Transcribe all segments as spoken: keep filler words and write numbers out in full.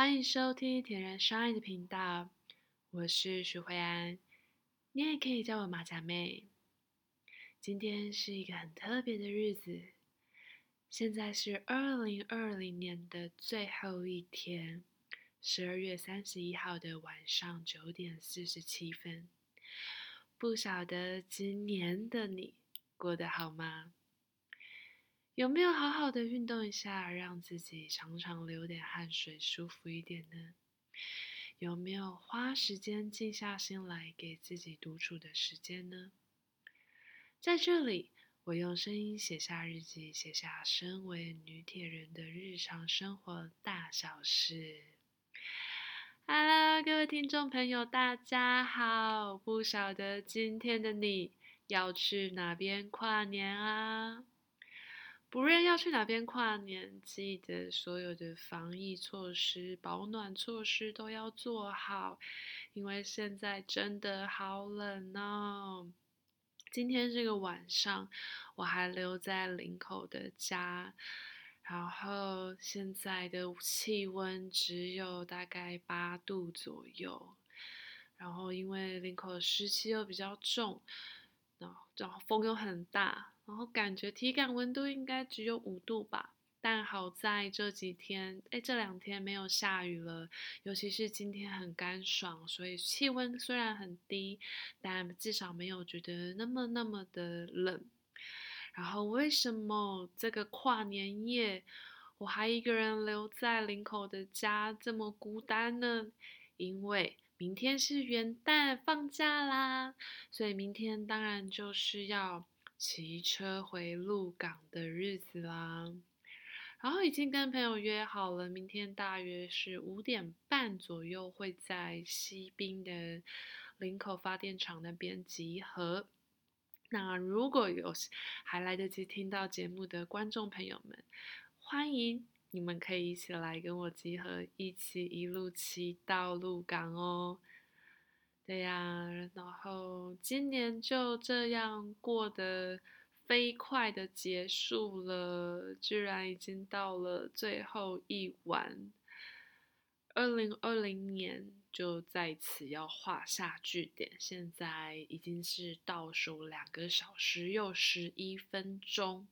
欢迎收听铁人 Shine 的频道，我是徐慧安，你也可以叫我马甲妹。今天是一个很特别的日子，现在是二零二零年的最后一天，十二月三十一号的晚上九点四十七分。不晓得今年的你过得好吗？有没有好好的运动一下，让自己常常流点汗水，舒服一点呢？有没有花时间静下心来给自己独处的时间呢？在这里，我用声音写下日记，写下身为女铁人的日常生活大小事。Hello，各位听众朋友，大家好！不晓得今天的你要去哪边跨年啊？不论要去哪边跨年，记得所有的防疫措施、保暖措施都要做好，因为现在真的好冷哦。今天这个晚上，我还留在林口的家，然后现在的气温只有大概八度左右，然后因为林口的湿气又比较重，然后然后风又很大，然后感觉体感温度应该只有五度吧。但好在这几天，哎，这两天没有下雨了，尤其是今天很干爽，所以气温虽然很低，但至少没有觉得那么那么的冷。然后为什么这个跨年夜我还一个人留在林口的家这么孤单呢？因为明天是元旦放假啦，所以明天当然就是要骑车回鹿港的日子啦。然后已经跟朋友约好了，明天大约是五点半左右会在西滨的林口发电厂那边集合。那如果有还来得及听到节目的观众朋友们，欢迎你们可以一起来跟我集合，一起一路骑到鹿港哦。对呀，然后今年就这样过得飞快的结束了，居然已经到了最后一晚，二零二零年就在此要画下句点，现在已经是倒数两个小时又十一分钟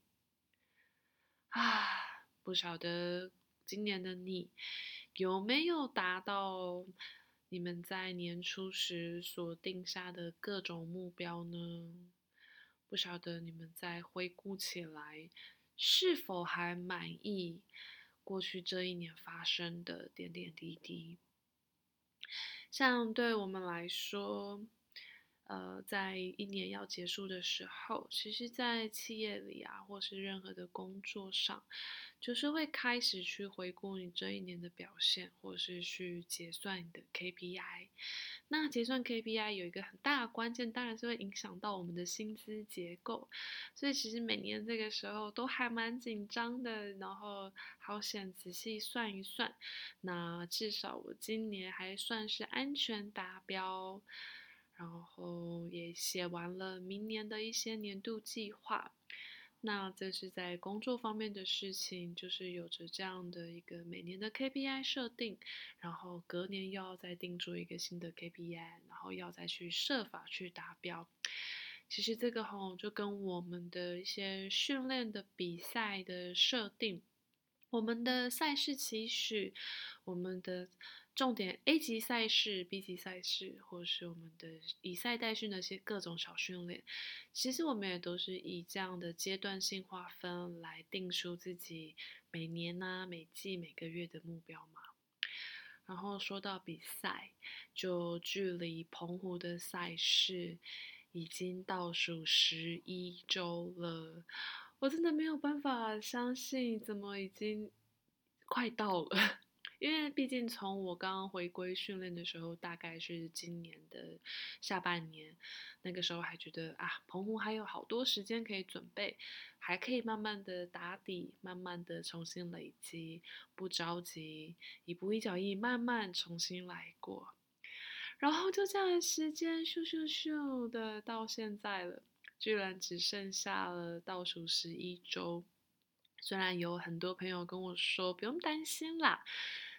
啊！不晓得今年的你有没有达到你们在年初时所定下的各种目标呢？不晓得你们在回顾起来，是否还满意过去这一年发生的点点滴滴？像对我们来说，呃，在一年要结束的时候，其实，在企业里啊，或是任何的工作上，就是会开始去回顾你这一年的表现，或是去结算你的 K P I。那结算 K P I 有一个很大的关键，当然是会影响到我们的薪资结构。所以其实每年这个时候都还蛮紧张的，然后好险仔细算一算，那至少我今年还算是安全达标，然后也写完了明年的一些年度计划。那这是在工作方面的事情，就是有着这样的一个每年的 K P I 设定，然后隔年又要再定出一个新的 K P I，然后要再去设法去达标。其实这个吼就跟我们的一些训练的比赛的设定，我们的赛事期许，我们的重点 A 级赛事、B 级赛事，或是我们的以赛代训的一些各种小训练，其实我们也都是以这样的阶段性划分来定出自己每年啊、每季、每个月的目标嘛。然后说到比赛，就距离澎湖的赛事已经倒数十一周了，我真的没有办法相信，怎么已经快到了。因为毕竟从我刚刚回归训练的时候，大概是今年的下半年，那个时候还觉得啊，澎湖还有好多时间可以准备，还可以慢慢的打底，慢慢的重新累积，不着急，一步一脚印，慢慢重新来过。然后就这样，时间咻咻咻的到现在了，居然只剩下了倒数十一周。虽然有很多朋友跟我说不用担心啦，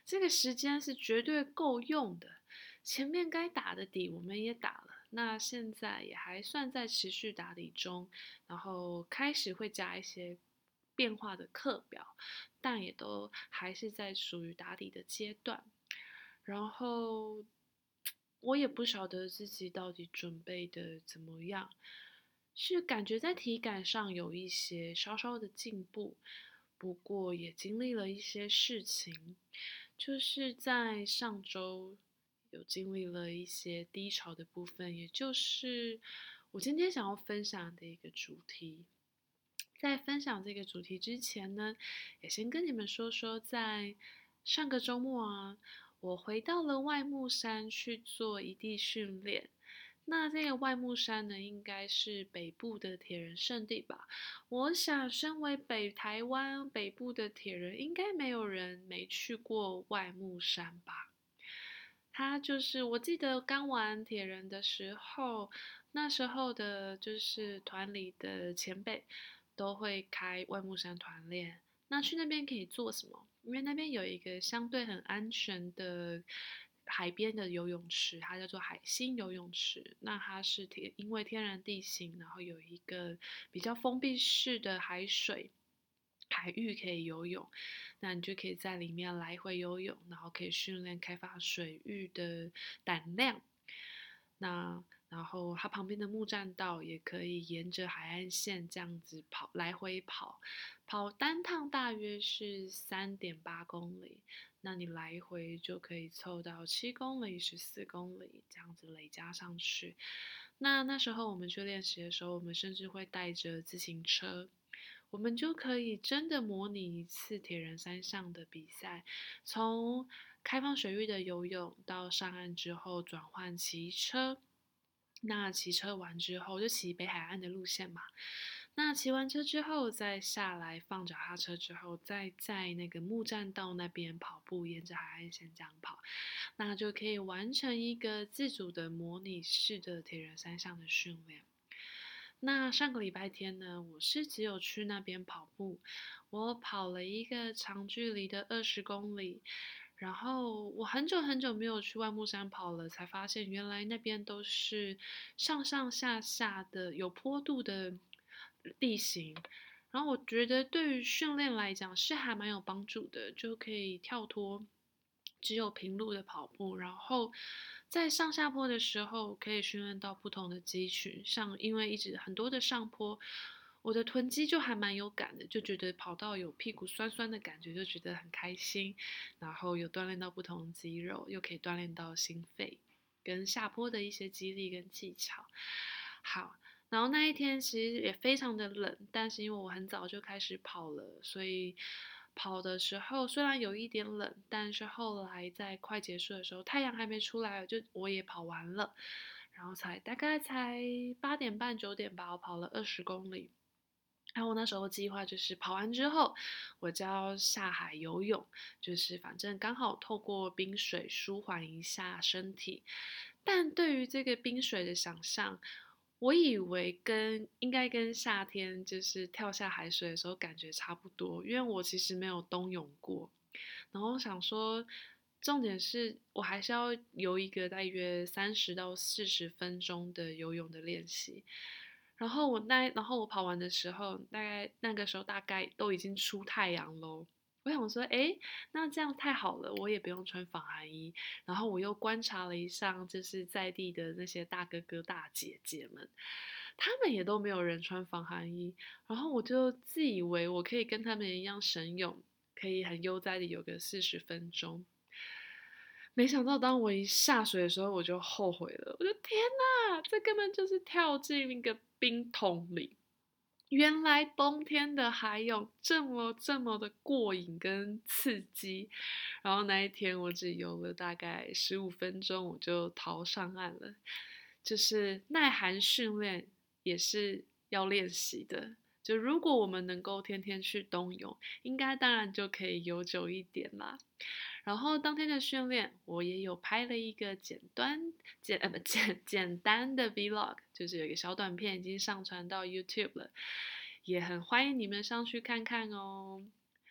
这个时间是绝对够用的。前面该打的底我们也打了，那现在也还算在持续打底中，然后开始会加一些变化的课表，但也都还是在属于打底的阶段。然后我也不晓得自己到底准备的怎么样，是感觉在体感上有一些稍稍的进步，不过也经历了一些事情，就是在上周有经历了一些低潮的部分，也就是我今天想要分享的一个主题。在分享这个主题之前呢，也先跟你们说说，在上个周末啊，我回到了外木山去做一地训练。那这个外木山呢，应该是北部的铁人圣地吧？我想，身为北台湾北部的铁人，应该没有人没去过外木山吧？他就是我记得刚玩铁人的时候，那时候的就是团里的前辈都会开外木山团练。那去那边可以做什么？因为那边有一个相对很安全的海边的游泳池，它叫做海星游泳池。那它是天因为天然地形，然后有一个比较封闭式的海水。海域可以游泳，那你就可以在里面来回游泳，然后可以训练开发水域的胆量。那然后它旁边的木栈道也可以沿着海岸线这样子跑，来回跑，跑单趟大约是三点八公里，那你来回就可以凑到七公里、十四公里这样子累加上去。那那时候我们去练习的时候，我们甚至会带着自行车。我们就可以真的模拟一次铁人三项的比赛，从开放水域的游泳到上岸之后转换骑车。那骑车完之后就骑北海岸的路线嘛。那骑完车之后再下来放脚踏车之后，再在那个木栈道那边跑步，沿着海岸线这样跑，那就可以完成一个自主的模拟式的铁人三项的训练。那上个礼拜天呢，我是只有去那边跑步，我跑了一个长距离的二十公里，然后我很久很久没有去万木山跑了，才发现原来那边都是上上下下的有坡度的地形，然后我觉得对于训练来讲是还蛮有帮助的，就可以跳脱只有平路的跑步，然后在上下坡的时候可以训练到不同的肌群，像因为一直很多的上坡。我的臀肌就还蛮有感的，就觉得跑到有屁股酸酸的感觉，就觉得很开心。然后有锻炼到不同的肌肉，又可以锻炼到心肺跟下坡的一些肌力跟技巧。好，然后那一天其实也非常的冷，但是因为我很早就开始跑了，所以跑的时候虽然有一点冷，但是后来在快结束的时候，太阳还没出来，就我也跑完了，然后才大概才八点半九点吧，我跑了二十公里。然后我那时候计划就是跑完之后，我就要下海游泳，就是反正刚好透过冰水舒缓一下身体。但对于这个冰水的想象，我以为跟应该跟夏天就是跳下海水的时候感觉差不多，因为我其实没有冬泳过。然后想说，重点是我还是要游一个大约三十到四十分钟的游泳的练习。然后我那，然后我跑完的时候，大概那个时候大概都已经出太阳喽。我想说，诶，那这样太好了，我也不用穿防寒衣。然后我又观察了一下，就是在地的那些大哥哥大姐姐们，他们也都没有人穿防寒衣。然后我就自以为我可以跟他们一样神勇，可以很悠哉的游个四十分钟。没想到当我一下水的时候，我就后悔了。我就天哪，这根本就是跳进一个冰桶里。原来冬天的海泳这么这么的过瘾跟刺激。然后那一天我只游了大概十五分钟，我就逃上岸了。就是耐寒训练也是要练习的。就如果我们能够天天去冬泳，应该当然就可以游久一点啦。然后当天的训练，我也有拍了一个简单简呃不简简单的 vlog，就是有一个小短片已经上传到 YouTube 了，也很欢迎你们上去看看哦。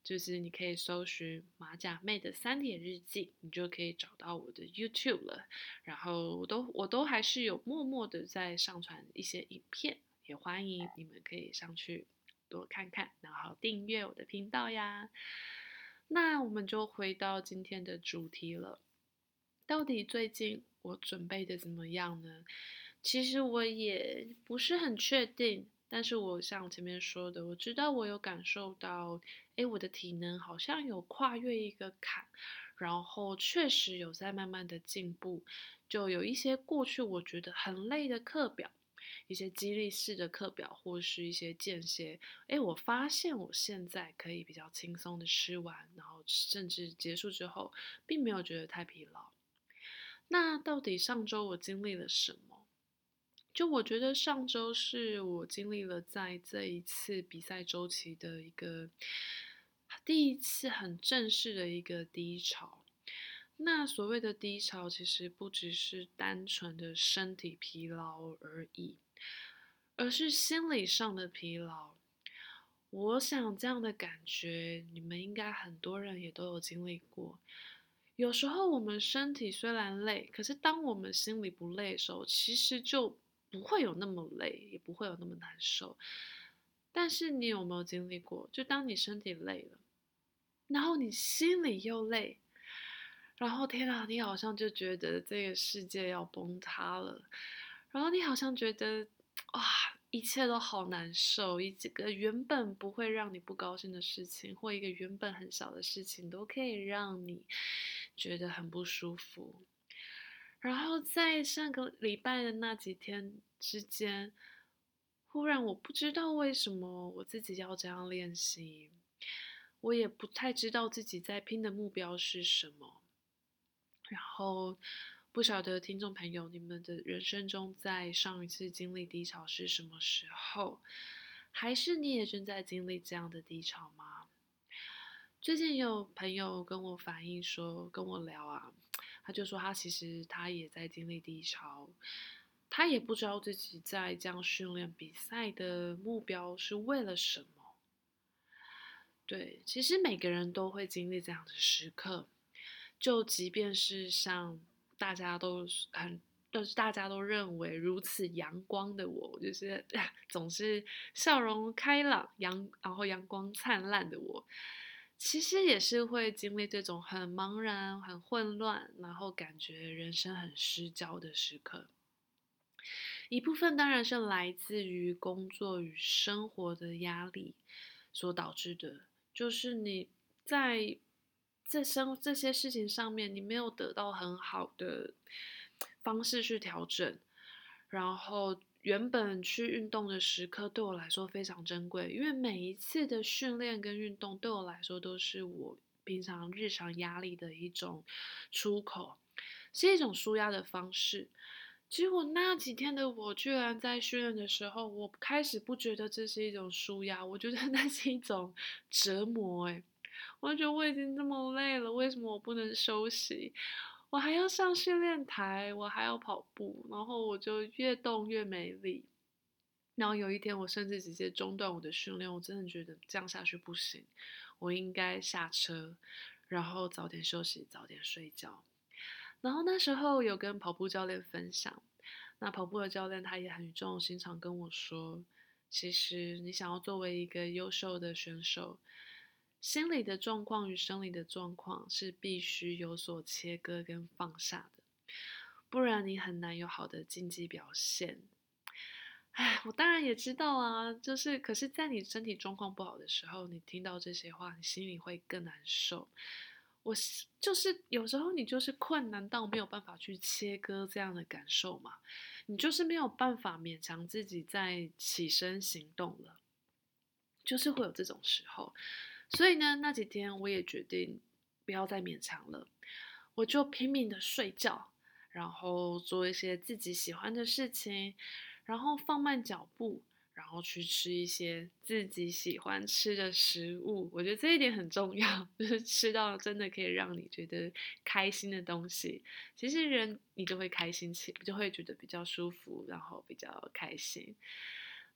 就是你可以搜寻马甲妹的三点日记，你就可以找到我的 YouTube 了。然后我都我都还是有默默的在上传一些影片，也欢迎你们可以上去多看看，然后订阅我的频道呀。那我们就回到今天的主题了，到底最近我准备的怎么样呢？其实我也不是很确定，但是我像前面说的，我知道我有感受到，诶，我的体能好像有跨越一个坎，然后确实有在慢慢的进步，就有一些过去我觉得很累的课表，一些激励式的课表或是一些间歇，诶，我发现我现在可以比较轻松的吃完，然后甚至结束之后，并没有觉得太疲劳。那到底上周我经历了什么？就我觉得上周是我经历了在这一次比赛周期的一个第一次很正式的一个低潮。那所谓的低潮，其实不只是单纯的身体疲劳而已，而是心理上的疲劳。我想这样的感觉，你们应该很多人也都有经历过。有时候我们身体虽然累，可是当我们心里不累的时候，其实就不会有那么累，也不会有那么难受。但是你有没有经历过？就当你身体累了，然后你心里又累，然后天啊，你好像就觉得这个世界要崩塌了，然后你好像觉得哇，一切都好难受，一个原本不会让你不高兴的事情，或一个原本很小的事情，都可以让你觉得很不舒服。然后在上个礼拜的那几天之间，忽然我不知道为什么我自己要这样练习，我也不太知道自己在拼的目标是什么。然后不晓得听众朋友，你们的人生中在上一次经历低潮是什么时候？还是你也正在经历这样的低潮吗？最近有朋友跟我反映说，跟我聊啊，他就说他其实他也在经历低潮，他也不知道自己在这样训练比赛的目标是为了什么。对，其实每个人都会经历这样的时刻，就即便是像大家都很，就是大家都认为如此阳光的我，就是总是笑容开朗、阳，然后阳光灿烂的我，其实也是会经历这种很茫然、很混乱，然后感觉人生很失焦的时刻。一部分当然是来自于工作与生活的压力所导致的，就是你在这生这些事情上面，你没有得到很好的方式去调整，然后原本去运动的时刻对我来说非常珍贵，因为每一次的训练跟运动对我来说都是我平常日常压力的一种出口，是一种舒压的方式。结果那几天的我，居然在训练的时候，我开始不觉得这是一种舒压，我觉得那是一种折磨。诶，我觉得我已经这么累了，为什么我不能休息？我还要上训练台，我还要跑步，然后我就越动越没力。然后有一天，我甚至直接中断我的训练，我真的觉得这样下去不行，我应该下车，然后早点休息，早点睡觉。然后那时候有跟跑步教练分享，那跑步的教练他也很语重心长跟我说，其实你想要作为一个优秀的选手，心理的状况与生理的状况是必须有所切割跟放下的，不然你很难有好的竞技表现。唉，我当然也知道啊，就是，可是，在你身体状况不好的时候，你听到这些话，你心里会更难受。我是就是有时候你就是困难到没有办法去切割这样的感受嘛，你就是没有办法勉强自己再起身行动了，就是会有这种时候。所以呢，那几天我也决定不要再勉强了，我就拼命的睡觉，然后做一些自己喜欢的事情，然后放慢脚步，然后去吃一些自己喜欢吃的食物。我觉得这一点很重要，就是吃到真的可以让你觉得开心的东西，其实人你就会开心起，就会觉得比较舒服，然后比较开心。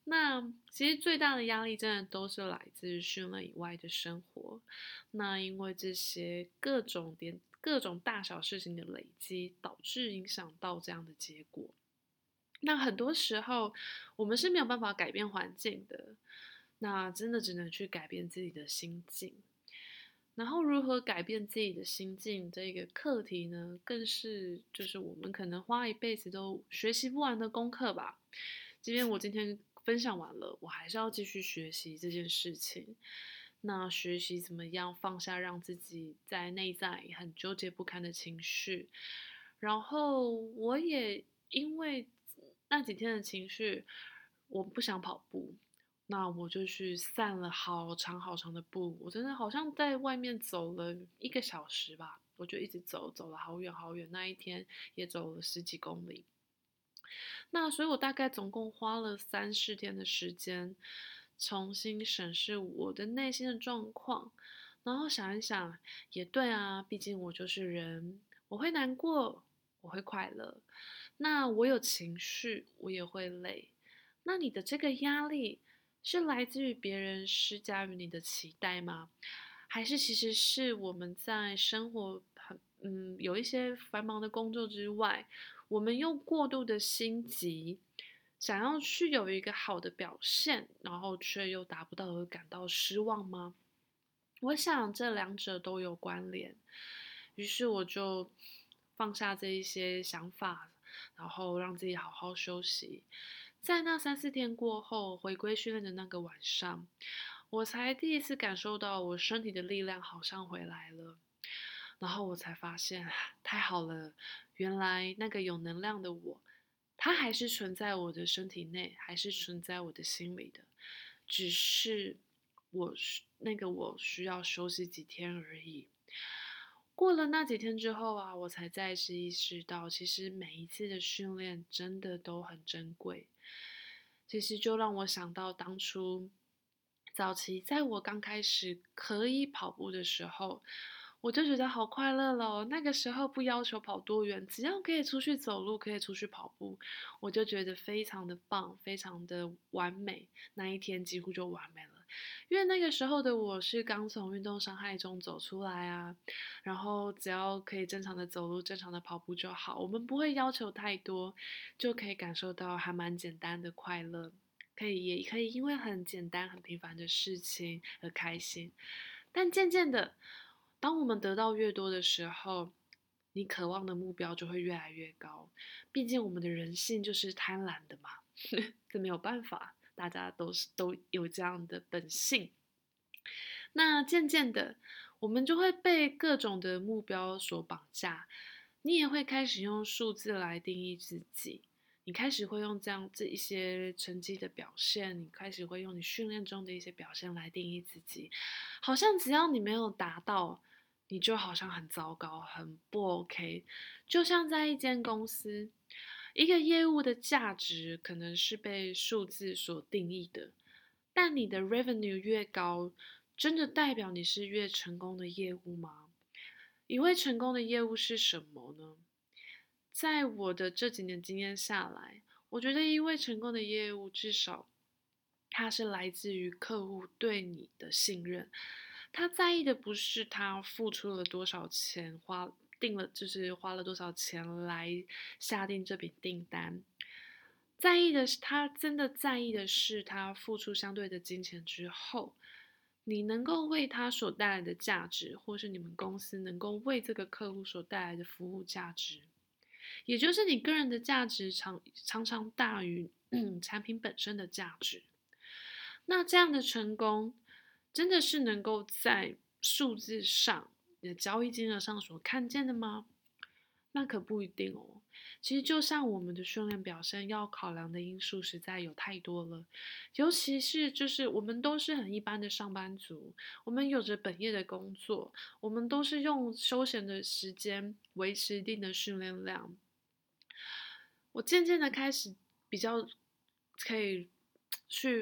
那其实最大的压力真的都是来自训练以外的生活。那因为这些各种点、各种大小事情的累积，导致影响到这样的结果。那很多时候我们是没有办法改变环境的，那真的只能去改变自己的心境。然后如何改变自己的心境这个课题呢，更是就是我们可能花一辈子都学习不完的功课吧。即便我今天分享完了，我还是要继续学习这件事情。那学习怎么样放下让自己在内在很纠结不堪的情绪，然后我也因为那几天的情绪，我不想跑步，那我就去散了好长好长的步，我真的好像在外面走了一个小时吧，我就一直走，走了好远好远，那一天也走了十几公里。那所以我大概总共花了三四天的时间，重新审视我的内心的状况，然后想一想，也对啊，毕竟我就是人，我会难过，我会快乐，那我有情绪，我也会累。那你的这个压力是来自于别人施加于你的期待吗？还是其实是我们在生活很嗯有一些繁忙的工作之外，我们又过度的心急，想要去有一个好的表现，然后却又达不到而感到失望吗？我想这两者都有关联，于是我就放下这一些想法，然后让自己好好休息。在那三四天过后，回归训练的那个晚上，我才第一次感受到我身体的力量好像回来了。然后我才发现，太好了，原来那个有能量的我，它还是存在我的身体内，还是存在我的心里的，只是我那个我需要休息几天而已。过了那几天之后啊，我才再次意识到，其实每一次的训练真的都很珍贵。其实就让我想到当初早期在我刚开始可以跑步的时候，我就觉得好快乐了。那个时候不要求跑多远，只要可以出去走路，可以出去跑步，我就觉得非常的棒，非常的完美。那一天几乎就完美了。因为那个时候的我是刚从运动伤害中走出来啊，然后只要可以正常的走路、正常的跑步就好，我们不会要求太多，就可以感受到还蛮简单的快乐，可以也可以因为很简单、很平凡的事情而开心。但渐渐的，当我们得到越多的时候，你渴望的目标就会越来越高。毕竟我们的人性就是贪婪的嘛，这没有办法，大家都是都有这样的本性。那渐渐的，我们就会被各种的目标所绑架，你也会开始用数字来定义自己。你开始会用这样这一些成绩的表现，你开始会用你训练中的一些表现来定义自己，好像只要你没有达到，你就好像很糟糕，很不 OK。就像在一间公司，一个业务的价值可能是被数字所定义的，但你的 revenue 越高，真的代表你是越成功的业务吗？一位成功的业务是什么呢？在我的这几年经验下来，我觉得一位成功的业务至少它是来自于客户对你的信任，他在意的不是他付出了多少钱，花定了就是花了多少钱来下定这笔订单，在意的是他真的在意的是他付出相对的金钱之后，你能够为他所带来的价值，或是你们公司能够为这个客户所带来的服务价值，也就是你个人的价值常常常大于嗯产品本身的价值。那这样的成功，真的是能够在数字上、你的交易金额上所看见的吗？那可不一定哦。其实就像我们的训练表现，要考量的因素实在有太多了，尤其是就是我们都是很一般的上班族，我们有着本业的工作，我们都是用休闲的时间维持一定的训练量。我渐渐的开始比较可以去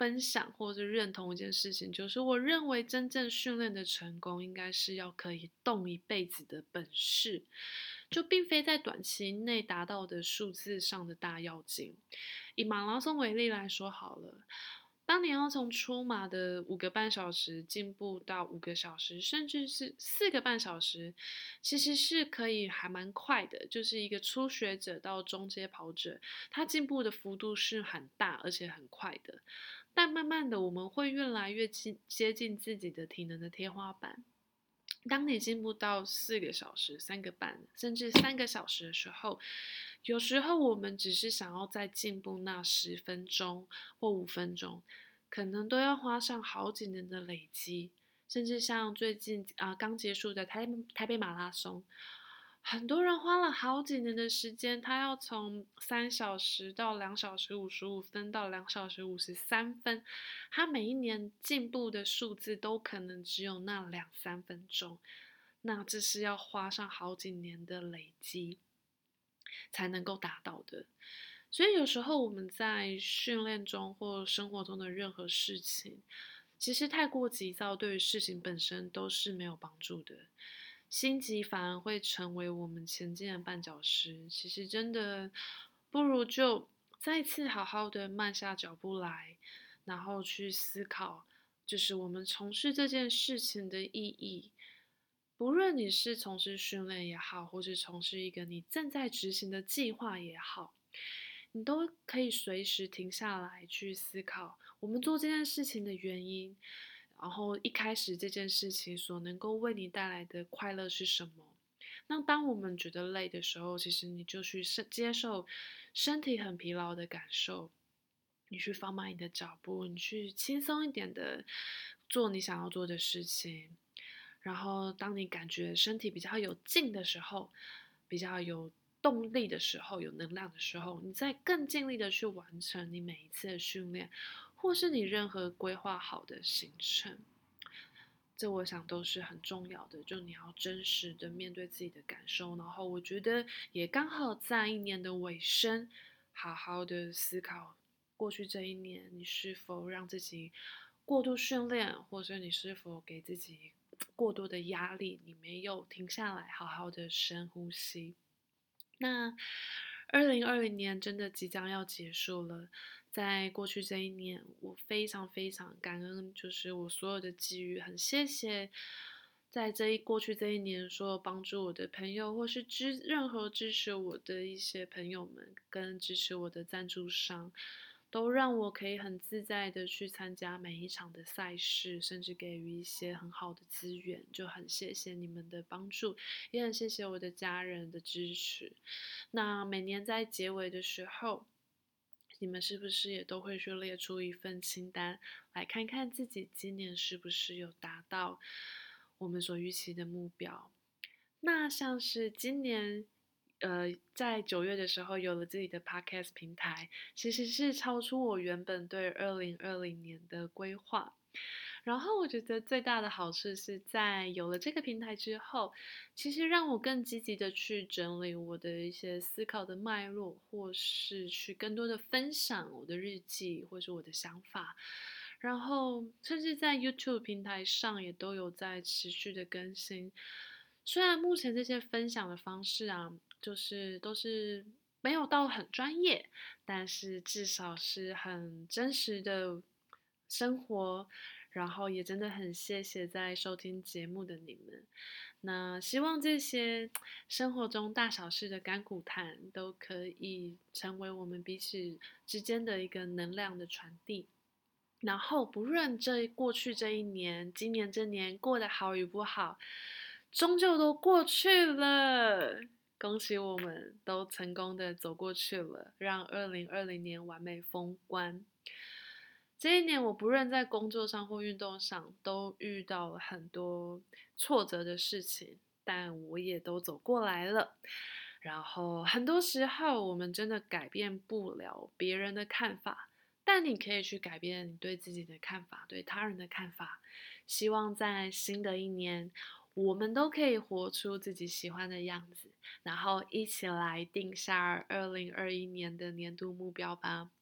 分享或者认同一件事情，就是我认为真正训练的成功，应该是要可以动一辈子的本事，就并非在短期内达到的数字上的大跃进。以马拉松为例来说好了。当你要从出马的五个半小时进步到五个小时，甚至是四个半小时，其实是可以还蛮快的。就是一个初学者到中阶跑者，他进步的幅度是很大而且很快的。但慢慢的，我们会越来越近接近自己的体能的天花板。当你进步到四个小时、三个半，甚至三个小时的时候，有时候我们只是想要再进步那十分钟或五分钟，可能都要花上好几年的累积，甚至像最近啊、呃、刚结束的台台北马拉松，很多人花了好几年的时间，他要从三小时到两小时五十五分到两小时五十三分，他每一年进步的数字都可能只有那两三分钟，那这是要花上好几年的累积才能够达到的。所以有时候我们在训练中或生活中的任何事情，其实太过急躁，对于事情本身都是没有帮助的。心急反而会成为我们前进的绊脚石。其实真的不如就再次好好的慢下脚步来，然后去思考，就是我们从事这件事情的意义。不论你是从事训练也好，或是从事一个你正在执行的计划也好，你都可以随时停下来去思考，我们做这件事情的原因，然后一开始这件事情所能够为你带来的快乐是什么。那当我们觉得累的时候，其实你就去接受身体很疲劳的感受，你去放慢你的脚步，你去轻松一点的做你想要做的事情。然后，当你感觉身体比较有劲的时候，比较有动力的时候，有能量的时候，你再更尽力的去完成你每一次的训练，或是你任何规划好的行程。这我想都是很重要的，就你要真实的面对自己的感受，然后我觉得也刚好在一年的尾声，好好的思考过去这一年你是否让自己过度训练，或者你是否给自己过多的压力，你没有停下来好好的深呼吸。那二零二零年真的即将要结束了，在过去这一年，我非常非常感恩，就是我所有的机遇，很谢谢在这一过去这一年所有帮助我的朋友，或是支任何支持我的一些朋友们，跟支持我的赞助商。都让我可以很自在的去参加每一场的赛事，甚至给予一些很好的资源，就很谢谢你们的帮助，也很谢谢我的家人的支持。那每年在结尾的时候，你们是不是也都会去列出一份清单，来看看自己今年是不是有达到我们所预期的目标？那像是今年，呃，在九月的时候有了自己的 podcast 平台，其实是超出我原本对二零二零年的规划。然后我觉得最大的好处是在有了这个平台之后，其实让我更积极的去整理我的一些思考的脉络，或是去更多的分享我的日记，或是我的想法。然后，甚至在 YouTube 平台上也都有在持续的更新。虽然目前这些分享的方式啊，就是都是没有到很专业，但是至少是很真实的生活。然后也真的很谢谢在收听节目的你们。那希望这些生活中大小事的甘苦谈，都可以成为我们彼此之间的一个能量的传递。然后，不论这过去这一年、今年这年过得好与不好，终究都过去了。恭喜我们都成功的走过去了，让二零二零年完美封关。这一年，我不论在工作上或运动上，都遇到了很多挫折的事情，但我也都走过来了。然后，很多时候我们真的改变不了别人的看法，但你可以去改变你对自己的看法，对他人的看法。希望在新的一年，我们都可以活出自己喜欢的样子，然后一起来定下二零二一年的年度目标吧。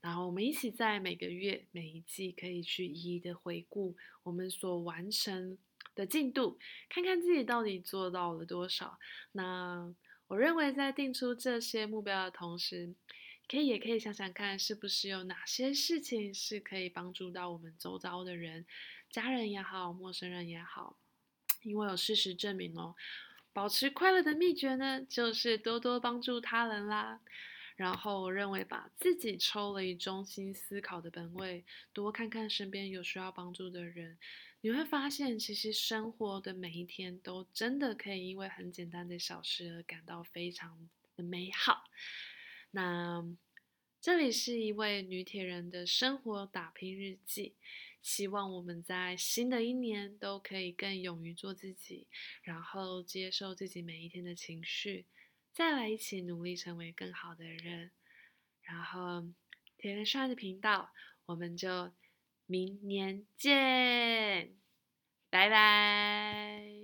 然后我们一起在每个月、每一季可以去一一的回顾我们所完成的进度，看看自己到底做到了多少。那我认为在定出这些目标的同时，可以也可以想想看，是不是有哪些事情是可以帮助到我们周遭的人，家人也好，陌生人也好。因为有事实证明哦，保持快乐的秘诀呢，就是多多帮助他人啦。然后我认为把自己抽离中心思考的本位，多看看身边有需要帮助的人，你会发现，其实生活的每一天都真的可以因为很简单的小事而感到非常的美好。那这里是一位女铁人的生活打拼日记，希望我们在新的一年都可以更勇于做自己，然后接受自己每一天的情绪，再来一起努力成为更好的人。然后铁人 Shine 的频道，我们就明年见，拜拜。